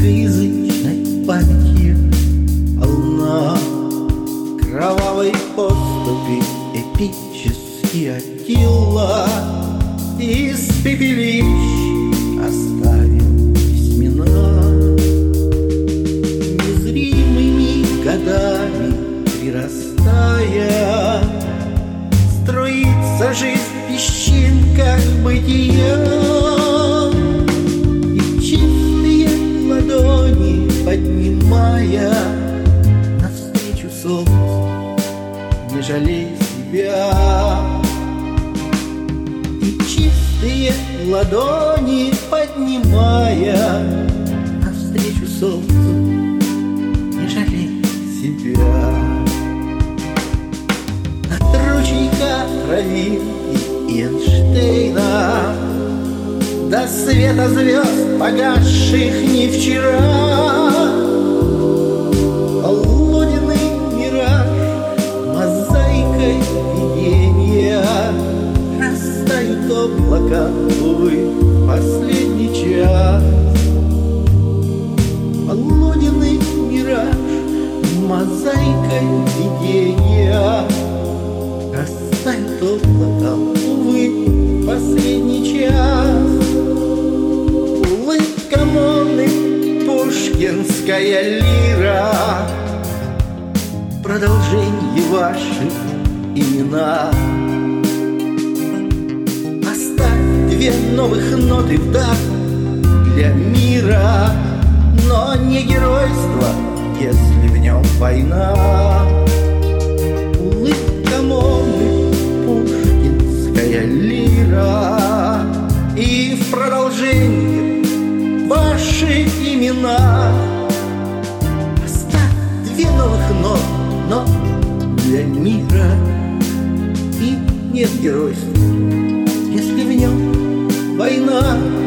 русскоязычной памятью полна. Кровавой поступи эпические Аттила из пепелищ оставил письмена. Незримыми годами прирастая, струится жизнь в песчинках бытия. И чистые ладони поднимая навстречу солнцу, не жалей себя. И чистые ладони поднимая навстречу солнцу, не жалей себя. От ручейка травинки и Эйнштейна до света звезд, погасших не вчера. Полуденный мираж мозаикой видения, растают облака, увы, в последний час. Полуденный мираж мозаикой видения, растают облака, увы, в последний час. Улыбка Моны, пушкинская лира, продолжение ваших имена. Оставь две новых ноты в дар для мира, но не геройство, если в нем война. Улыбка Моны, пушкинская лира, и в продолжение ваши имена. Оставь две новых нот, но для мира, и нет геройства, если в нем война.